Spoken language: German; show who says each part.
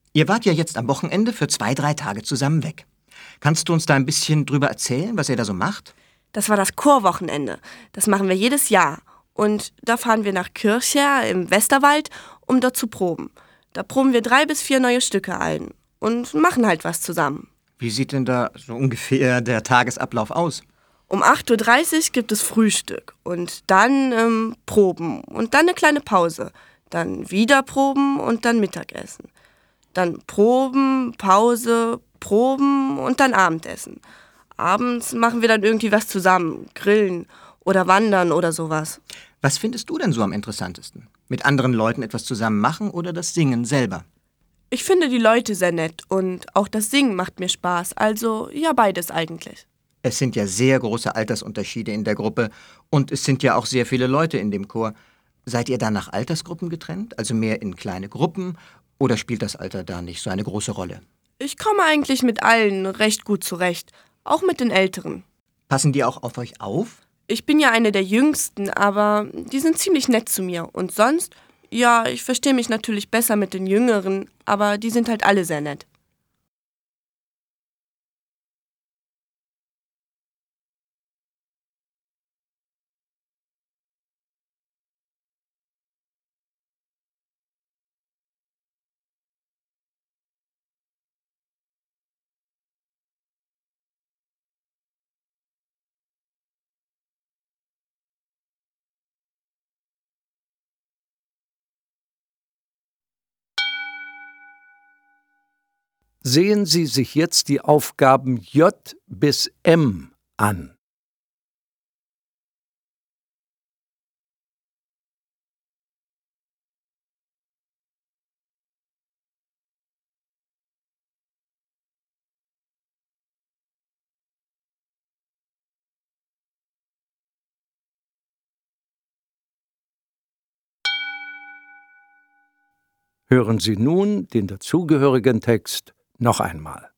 Speaker 1: Ihr wart ja jetzt am Wochenende für 2, 3 Tage zusammen weg. Kannst du uns da ein bisschen drüber erzählen, was ihr da so macht?
Speaker 2: Das war das Chorwochenende. Das machen wir jedes Jahr. Und da fahren wir nach Kirchherr im Westerwald, um dort zu proben. Da proben wir 3 bis 4 neue Stücke ein und machen halt was zusammen.
Speaker 1: Wie sieht denn da so ungefähr der Tagesablauf aus?
Speaker 2: Um 8:30 Uhr gibt es Frühstück und dann Proben und dann eine kleine Pause. Dann wieder Proben und dann Mittagessen. Dann Proben, Pause, Proben und dann Abendessen. Abends machen wir dann irgendwie was zusammen, grillen oder wandern oder sowas.
Speaker 1: Was findest du denn so am interessantesten? Mit anderen Leuten etwas zusammen machen oder das Singen selber?
Speaker 2: Ich finde die Leute sehr nett und auch das Singen macht mir Spaß, also ja, beides eigentlich.
Speaker 1: Es sind ja sehr große Altersunterschiede in der Gruppe und es sind ja auch sehr viele Leute in dem Chor. Seid ihr da nach Altersgruppen getrennt, also mehr in kleine Gruppen, oder spielt das Alter da nicht so eine große Rolle?
Speaker 2: Ich komme eigentlich mit allen recht gut zurecht, auch mit den Älteren.
Speaker 1: Passen die auch auf euch auf?
Speaker 2: Ich bin ja eine der Jüngsten, aber die sind ziemlich nett zu mir. Und sonst, ja, ich verstehe mich natürlich besser mit den Jüngeren, aber die sind halt alle sehr nett.
Speaker 3: Sehen Sie sich jetzt die Aufgaben J bis M an. Hören Sie nun den dazugehörigen Text noch einmal.